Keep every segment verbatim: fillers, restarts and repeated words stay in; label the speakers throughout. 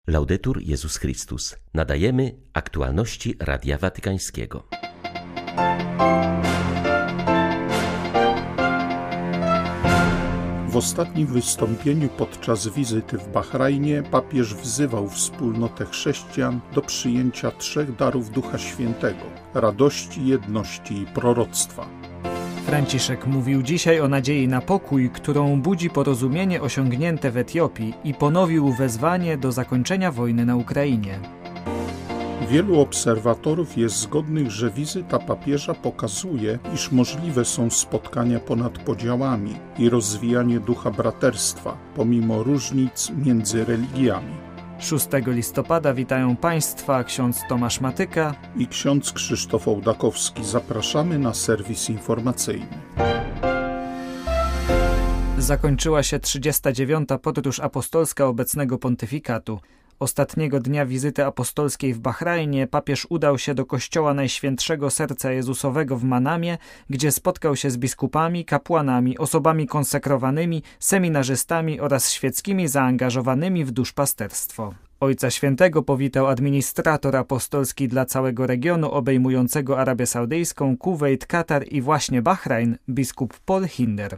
Speaker 1: Laudetur Jezus Chrystus. Nadajemy aktualności Radia Watykańskiego.
Speaker 2: W ostatnim wystąpieniu podczas wizyty w Bahrajnie papież wzywał wspólnotę chrześcijan do przyjęcia trzech darów Ducha Świętego: radości, jedności i proroctwa.
Speaker 3: Franciszek mówił dzisiaj o nadziei na pokój, którą budzi porozumienie osiągnięte w Etiopii, i ponowił wezwanie do zakończenia wojny na Ukrainie.
Speaker 2: Wielu obserwatorów jest zgodnych, że wizyta papieża pokazuje, iż możliwe są spotkania ponad podziałami i rozwijanie ducha braterstwa, pomimo różnic między religiami.
Speaker 3: szóstego listopada witają Państwa ksiądz Tomasz Matyka
Speaker 2: i ksiądz Krzysztof Ołdakowski. Zapraszamy na serwis informacyjny.
Speaker 3: Zakończyła się trzydziesta dziewiąta podróż apostolska obecnego pontyfikatu. Ostatniego dnia wizyty apostolskiej w Bahrajnie papież udał się do kościoła Najświętszego Serca Jezusowego w Manamie, gdzie spotkał się z biskupami, kapłanami, osobami konsekrowanymi, seminarzystami oraz świeckimi zaangażowanymi w duszpasterstwo. Ojca Świętego powitał administrator apostolski dla całego regionu obejmującego Arabię Saudyjską, Kuwejt, Katar i właśnie Bahrajn, biskup Paul Hinder.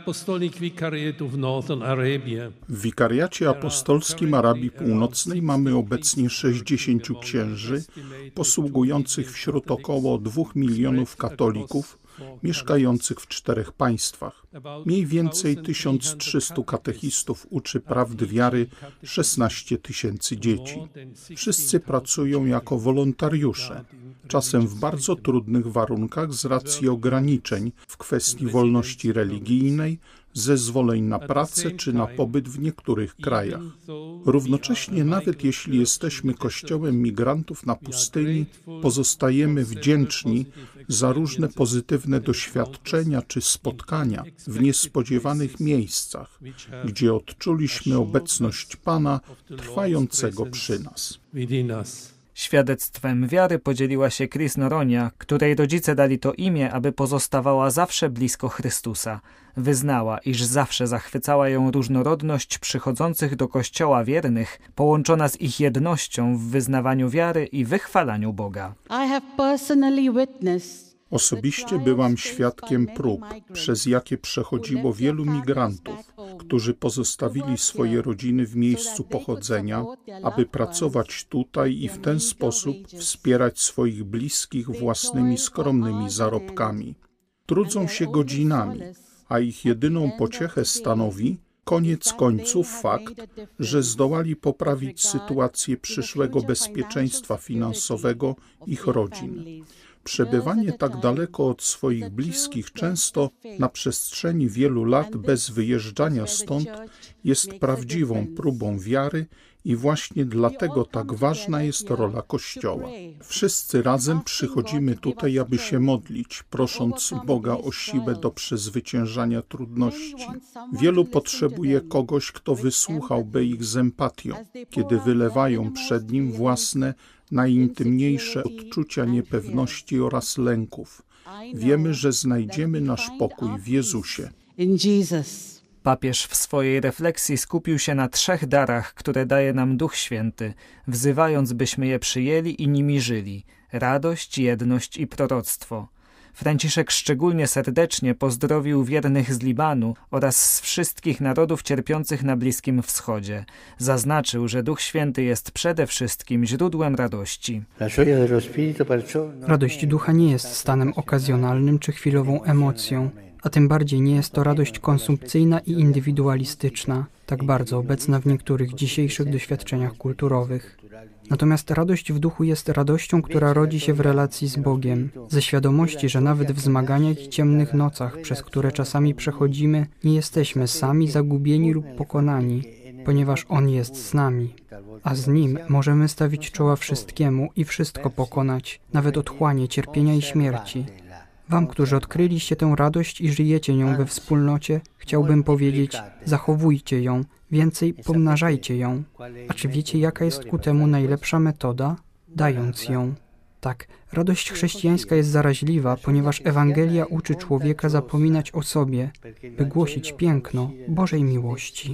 Speaker 2: W wikariacie apostolskim Arabii Północnej mamy obecnie sześćdziesięciu księży, posługujących wśród około dwóch milionów katolików, mieszkających w czterech państwach. Mniej więcej tysiąc trzysta katechistów uczy prawdy wiary szesnaście tysięcy dzieci. Wszyscy pracują jako wolontariusze, czasem w bardzo trudnych warunkach z racji ograniczeń w kwestii wolności religijnej, zezwoleń na pracę czy na pobyt w niektórych krajach. Równocześnie, nawet jeśli jesteśmy kościołem migrantów na pustyni, pozostajemy wdzięczni za różne pozytywne doświadczenia czy spotkania w niespodziewanych miejscach, gdzie odczuliśmy obecność Pana trwającego przy nas.
Speaker 3: Świadectwem wiary podzieliła się Chris Noronia, której rodzice dali to imię, aby pozostawała zawsze blisko Chrystusa. Wyznała, iż zawsze zachwycała ją różnorodność przychodzących do kościoła wiernych, połączona z ich jednością w wyznawaniu wiary i wychwalaniu Boga.
Speaker 2: I have personally witnessed Osobiście byłam świadkiem prób, przez jakie przechodziło wielu migrantów, którzy pozostawili swoje rodziny w miejscu pochodzenia, aby pracować tutaj i w ten sposób wspierać swoich bliskich własnymi skromnymi zarobkami. Trudzą się godzinami, a ich jedyną pociechę stanowi koniec końców fakt, że zdołali poprawić sytuację przyszłego bezpieczeństwa finansowego ich rodzin. Przebywanie tak daleko od swoich bliskich, często na przestrzeni wielu lat bez wyjeżdżania stąd, jest prawdziwą próbą wiary i właśnie dlatego tak ważna jest rola Kościoła. Wszyscy razem przychodzimy tutaj, aby się modlić, prosząc Boga o siłę do przezwyciężania trudności. Wielu potrzebuje kogoś, kto wysłuchałby ich z empatią, kiedy wylewają przed Nim własne, najintymniejsze odczucia niepewności oraz lęków. Wiemy, że znajdziemy nasz pokój w Jezusie.
Speaker 3: Papież w swojej refleksji skupił się na trzech darach, które daje nam Duch Święty, wzywając, byśmy je przyjęli i nimi żyli: radość, jedność i proroctwo. Franciszek szczególnie serdecznie pozdrowił wiernych z Libanu oraz z wszystkich narodów cierpiących na Bliskim Wschodzie. Zaznaczył, że Duch Święty jest przede wszystkim źródłem radości.
Speaker 4: Radość ducha nie jest stanem okazjonalnym czy chwilową emocją, a tym bardziej nie jest to radość konsumpcyjna i indywidualistyczna, tak bardzo obecna w niektórych dzisiejszych doświadczeniach kulturowych. Natomiast radość w duchu jest radością, która rodzi się w relacji z Bogiem, ze świadomości, że nawet w zmaganiach i ciemnych nocach, przez które czasami przechodzimy, nie jesteśmy sami, zagubieni lub pokonani, ponieważ On jest z nami, a z Nim możemy stawić czoła wszystkiemu i wszystko pokonać, nawet otchłanie, cierpienia i śmierci. Wam, którzy odkryliście tę radość i żyjecie nią we wspólnocie, chciałbym powiedzieć: zachowujcie ją, więcej pomnażajcie ją. A czy wiecie, jaka jest ku temu najlepsza metoda? Dając ją. Tak, radość chrześcijańska jest zaraźliwa, ponieważ Ewangelia uczy człowieka zapominać o sobie, by głosić piękno Bożej miłości.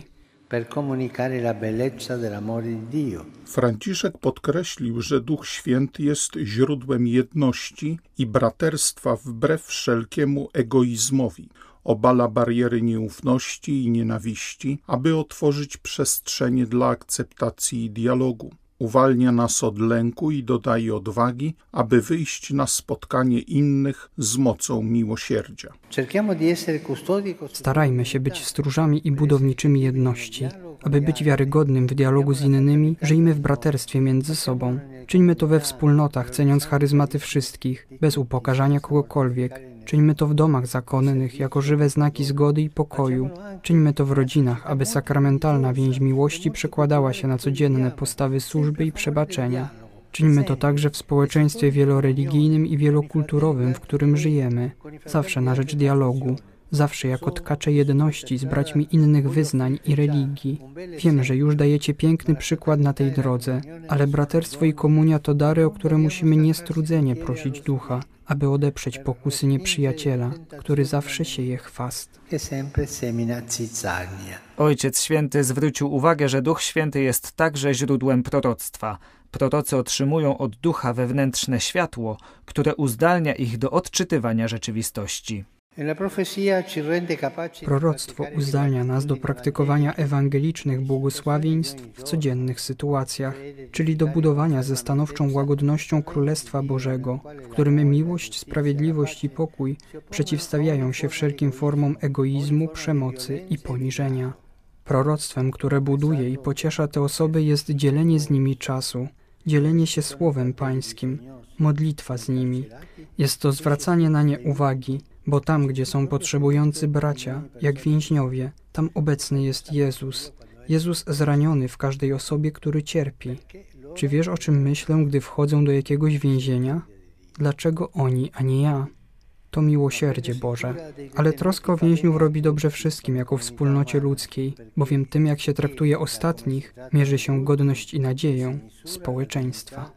Speaker 2: Franciszek podkreślił, że Duch Święty jest źródłem jedności i braterstwa wbrew wszelkiemu egoizmowi. Obala bariery nieufności i nienawiści, aby otworzyć przestrzenie dla akceptacji i dialogu. Uwalnia nas od lęku i dodaje odwagi, aby wyjść na spotkanie innych z mocą miłosierdzia.
Speaker 4: Starajmy się być stróżami i budowniczymi jedności. Aby być wiarygodnym w dialogu z innymi, żyjmy w braterstwie między sobą. Czyńmy to we wspólnotach, ceniąc charyzmaty wszystkich, bez upokarzania kogokolwiek. Czyńmy to w domach zakonnych, jako żywe znaki zgody i pokoju. Czyńmy to w rodzinach, aby sakramentalna więź miłości przekładała się na codzienne postawy służby i przebaczenia. Czyńmy to także w społeczeństwie wieloreligijnym i wielokulturowym, w którym żyjemy, zawsze na rzecz dialogu. Zawsze jako tkacze jedności z braćmi innych wyznań i religii. Wiem, że już dajecie piękny przykład na tej drodze, ale braterstwo i komunia to dary, o które musimy niestrudzenie prosić Ducha, aby odeprzeć pokusy nieprzyjaciela, który zawsze sieje chwast.
Speaker 3: Ojciec Święty zwrócił uwagę, że Duch Święty jest także źródłem proroctwa. Prorocy otrzymują od Ducha wewnętrzne światło, które uzdalnia ich do odczytywania rzeczywistości.
Speaker 4: Proroctwo uzdalnia nas do praktykowania ewangelicznych błogosławieństw w codziennych sytuacjach, czyli do budowania ze stanowczą łagodnością Królestwa Bożego, w którym miłość, sprawiedliwość i pokój przeciwstawiają się wszelkim formom egoizmu, przemocy i poniżenia. Proroctwem, które buduje i pociesza te osoby, jest dzielenie z nimi czasu, dzielenie się Słowem Pańskim, modlitwa z nimi. Jest to zwracanie na nie uwagi, bo tam, gdzie są potrzebujący bracia, jak więźniowie, tam obecny jest Jezus. Jezus zraniony w każdej osobie, który cierpi. Czy wiesz, o czym myślę, gdy wchodzą do jakiegoś więzienia? Dlaczego oni, a nie ja? To miłosierdzie Boże. Ale troska o więźniów robi dobrze wszystkim jako wspólnocie ludzkiej, bowiem tym, jak się traktuje ostatnich, mierzy się godność i nadzieją społeczeństwa.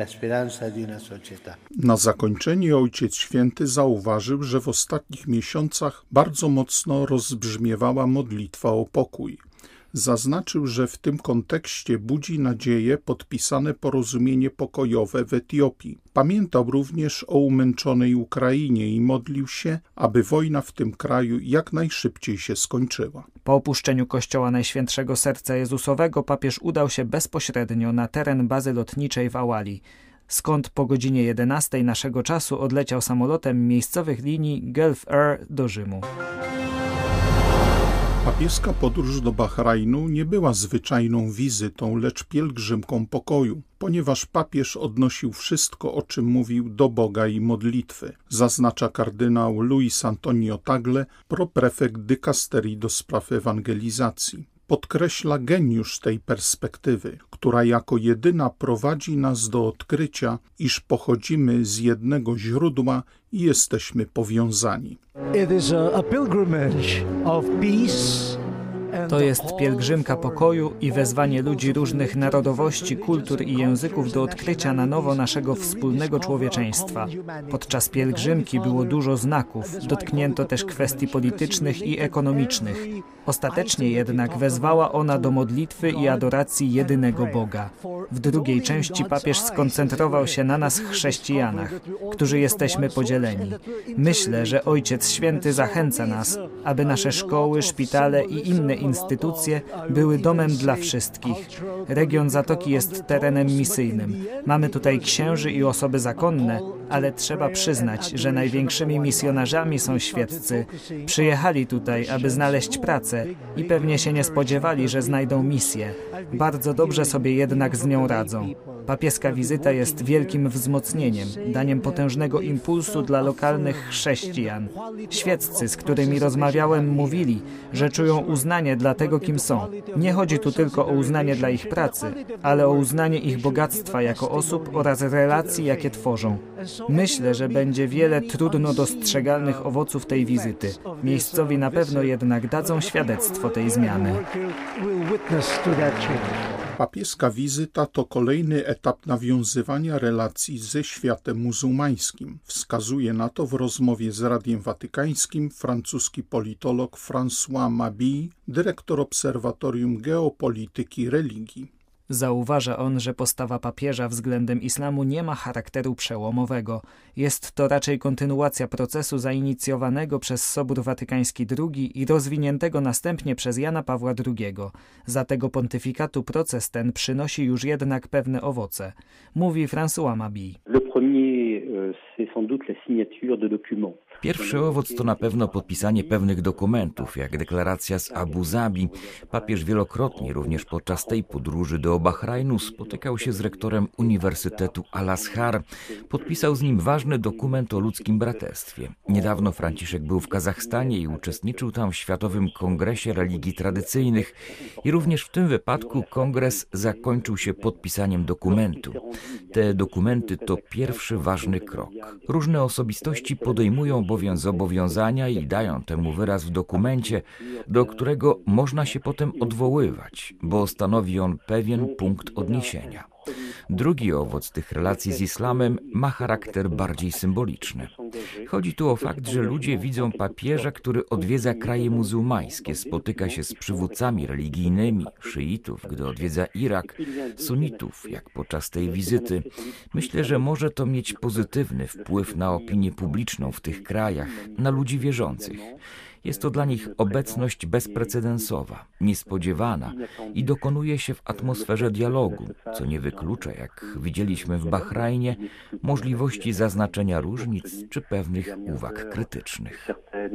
Speaker 2: Na zakończenie Ojciec Święty zauważył, że w ostatnich miesiącach bardzo mocno rozbrzmiewała modlitwa o pokój. Zaznaczył, że w tym kontekście budzi nadzieję podpisane porozumienie pokojowe w Etiopii. Pamiętał również o umęczonej Ukrainie i modlił się, aby wojna w tym kraju jak najszybciej się skończyła.
Speaker 3: Po opuszczeniu kościoła Najświętszego Serca Jezusowego papież udał się bezpośrednio na teren bazy lotniczej w Awali, skąd po godzinie jedenastej naszego czasu odleciał samolotem miejscowych linii Gulf Air do Rzymu.
Speaker 2: Papieska podróż do Bahrajnu nie była zwyczajną wizytą, lecz pielgrzymką pokoju, ponieważ papież odnosił wszystko, o czym mówił, do Boga i modlitwy, zaznacza kardynał Luis Antonio Tagle, proprefekt dykasterii do spraw ewangelizacji. Podkreśla geniusz tej perspektywy, która jako jedyna prowadzi nas do odkrycia, iż pochodzimy z jednego źródła i jesteśmy powiązani.
Speaker 5: It is a, a pilgrimage of peace.
Speaker 3: To jest pielgrzymka pokoju i wezwanie ludzi różnych narodowości, kultur i języków do odkrycia na nowo naszego wspólnego człowieczeństwa. Podczas pielgrzymki było dużo znaków, dotknięto też kwestii politycznych i ekonomicznych. Ostatecznie jednak wezwała ona do modlitwy i adoracji jedynego Boga. W drugiej części papież skoncentrował się na nas, chrześcijanach, którzy jesteśmy podzieleni. Myślę, że Ojciec Święty zachęca nas, aby nasze szkoły, szpitale i inne instytucje były domem dla wszystkich. Region Zatoki jest terenem misyjnym. Mamy tutaj księży i osoby zakonne, ale trzeba przyznać, że największymi misjonarzami są świeccy. Przyjechali tutaj, aby znaleźć pracę i pewnie się nie spodziewali, że znajdą misję. Bardzo dobrze sobie jednak z nią radzą. Papieska wizyta jest wielkim wzmocnieniem, daniem potężnego impulsu dla lokalnych chrześcijan. Świeccy, z którymi rozmawiałem, mówili, że czują uznanie dla tego, kim są. Nie chodzi tu tylko o uznanie dla ich pracy, ale o uznanie ich bogactwa jako osób oraz relacji, jakie tworzą. Myślę, że będzie wiele trudno dostrzegalnych owoców tej wizyty. Miejscowi na pewno jednak dadzą świadectwo tej zmiany.
Speaker 2: Papieska wizyta to kolejny etap nawiązywania relacji ze światem muzułmańskim. Wskazuje na to w rozmowie z Radiem Watykańskim francuski politolog François Mabille, dyrektor Obserwatorium Geopolityki Religii.
Speaker 3: Zauważa on, że postawa papieża względem islamu nie ma charakteru przełomowego. Jest to raczej kontynuacja procesu zainicjowanego przez Sobór Watykański drugi i rozwiniętego następnie przez Jana Pawła drugiego. Za tego pontyfikatu proces ten przynosi już jednak pewne owoce. Mówi François Mabille.
Speaker 6: Pierwszy owoc to na pewno podpisanie pewnych dokumentów, jak deklaracja z Abu Zabi. Papież wielokrotnie, również podczas tej podróży do Bahrajnu, spotykał się z rektorem Uniwersytetu Al-Azhar. Podpisał z nim ważny dokument o ludzkim braterstwie. Niedawno Franciszek był w Kazachstanie i uczestniczył tam w Światowym Kongresie Religii Tradycyjnych. I również w tym wypadku kongres zakończył się podpisaniem dokumentu. Te dokumenty to pierwszy ważny krok. Różne osobistości podejmują bowiem zobowiązania i dają temu wyraz w dokumencie, do którego można się potem odwoływać, bo stanowi on pewien punkt odniesienia. Drugi owoc tych relacji z islamem ma charakter bardziej symboliczny. Chodzi tu o fakt, że ludzie widzą papieża, który odwiedza kraje muzułmańskie, spotyka się z przywódcami religijnymi, szyitów, gdy odwiedza Irak, sunnitów, jak podczas tej wizyty. Myślę, że może to mieć pozytywny wpływ na opinię publiczną w tych krajach, na ludzi wierzących. Jest to dla nich obecność bezprecedensowa, niespodziewana i dokonuje się w atmosferze dialogu, co nie wyklucza, jak widzieliśmy w Bahrajnie, możliwości zaznaczenia różnic czy pewnych uwag krytycznych.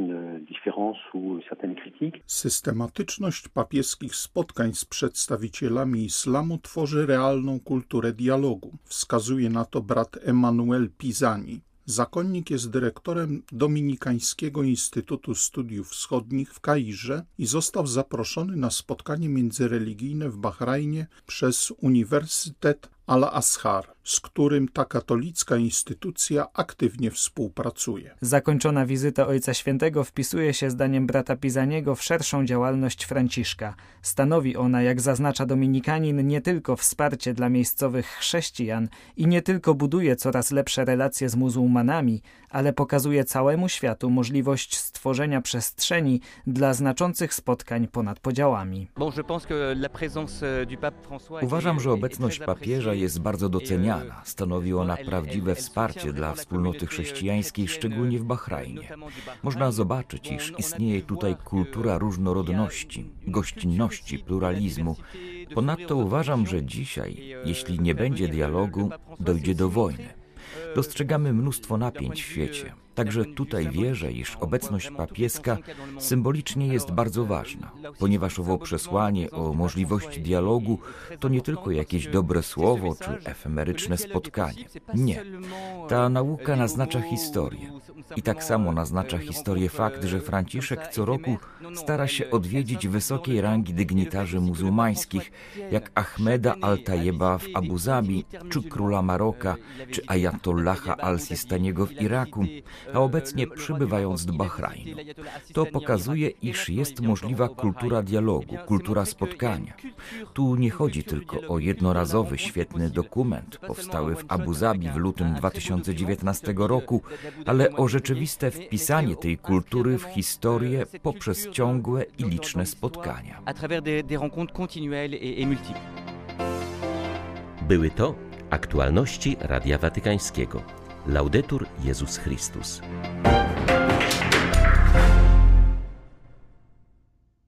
Speaker 2: Systematyczność papieskich spotkań z przedstawicielami islamu tworzy realną kulturę dialogu. Wskazuje na to brat Emanuel Pisani. Zakonnik jest dyrektorem Dominikańskiego Instytutu Studiów Wschodnich w Kairze i został zaproszony na spotkanie międzyreligijne w Bahrajnie przez Uniwersytet Al-Azhar, z którym ta katolicka instytucja aktywnie współpracuje.
Speaker 3: Zakończona wizyta Ojca Świętego wpisuje się zdaniem brata Pisaniego w szerszą działalność Franciszka. Stanowi ona, jak zaznacza dominikanin, nie tylko wsparcie dla miejscowych chrześcijan i nie tylko buduje coraz lepsze relacje z muzułmanami, ale pokazuje całemu światu możliwość stworzenia przestrzeni dla znaczących spotkań ponad podziałami.
Speaker 6: Uważam, że obecność papieża jest bardzo doceniana. Stanowi ona prawdziwe wsparcie dla wspólnoty chrześcijańskiej, szczególnie w Bahrajnie. Można zobaczyć, iż istnieje tutaj kultura różnorodności, gościnności, pluralizmu. Ponadto uważam, że dzisiaj, jeśli nie będzie dialogu, dojdzie do wojny. Dostrzegamy mnóstwo napięć w świecie. Także tutaj wierzę, iż obecność papieska symbolicznie jest bardzo ważna, ponieważ owo przesłanie o możliwości dialogu to nie tylko jakieś dobre słowo czy efemeryczne spotkanie. Nie. Ta nauka naznacza historię. I tak samo naznacza historię fakt, że Franciszek co roku stara się odwiedzić wysokiej rangi dygnitarzy muzułmańskich, jak Ahmeda Al-Tayeba w Abu Zabi, czy króla Maroka, czy ajatollaha Al-Sistaniego w Iraku, a obecnie przybywając do Bahrajnu. To pokazuje, iż jest możliwa kultura dialogu, kultura spotkania. Tu nie chodzi tylko o jednorazowy, świetny dokument, powstały w Abu Zabi w lutym dwa tysiące dziewiętnastego roku, ale o rzeczywiste wpisanie tej kultury w historię poprzez ciągłe i liczne spotkania.
Speaker 1: Były to aktualności Radia Watykańskiego. Laudetur Jezus Chrystus.